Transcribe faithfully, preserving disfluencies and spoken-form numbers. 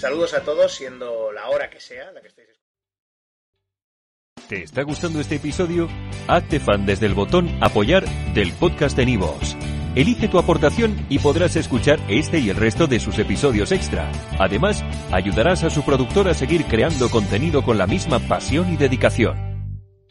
Saludos a todos, siendo la hora que sea, la que estéis escuchando. ¿Te está gustando este episodio? Hazte fan desde el botón Apoyar del podcast de Nivos. Elige tu aportación y podrás escuchar este y el resto de sus episodios extra. Además, ayudarás a su productor a seguir creando contenido con la misma pasión y dedicación.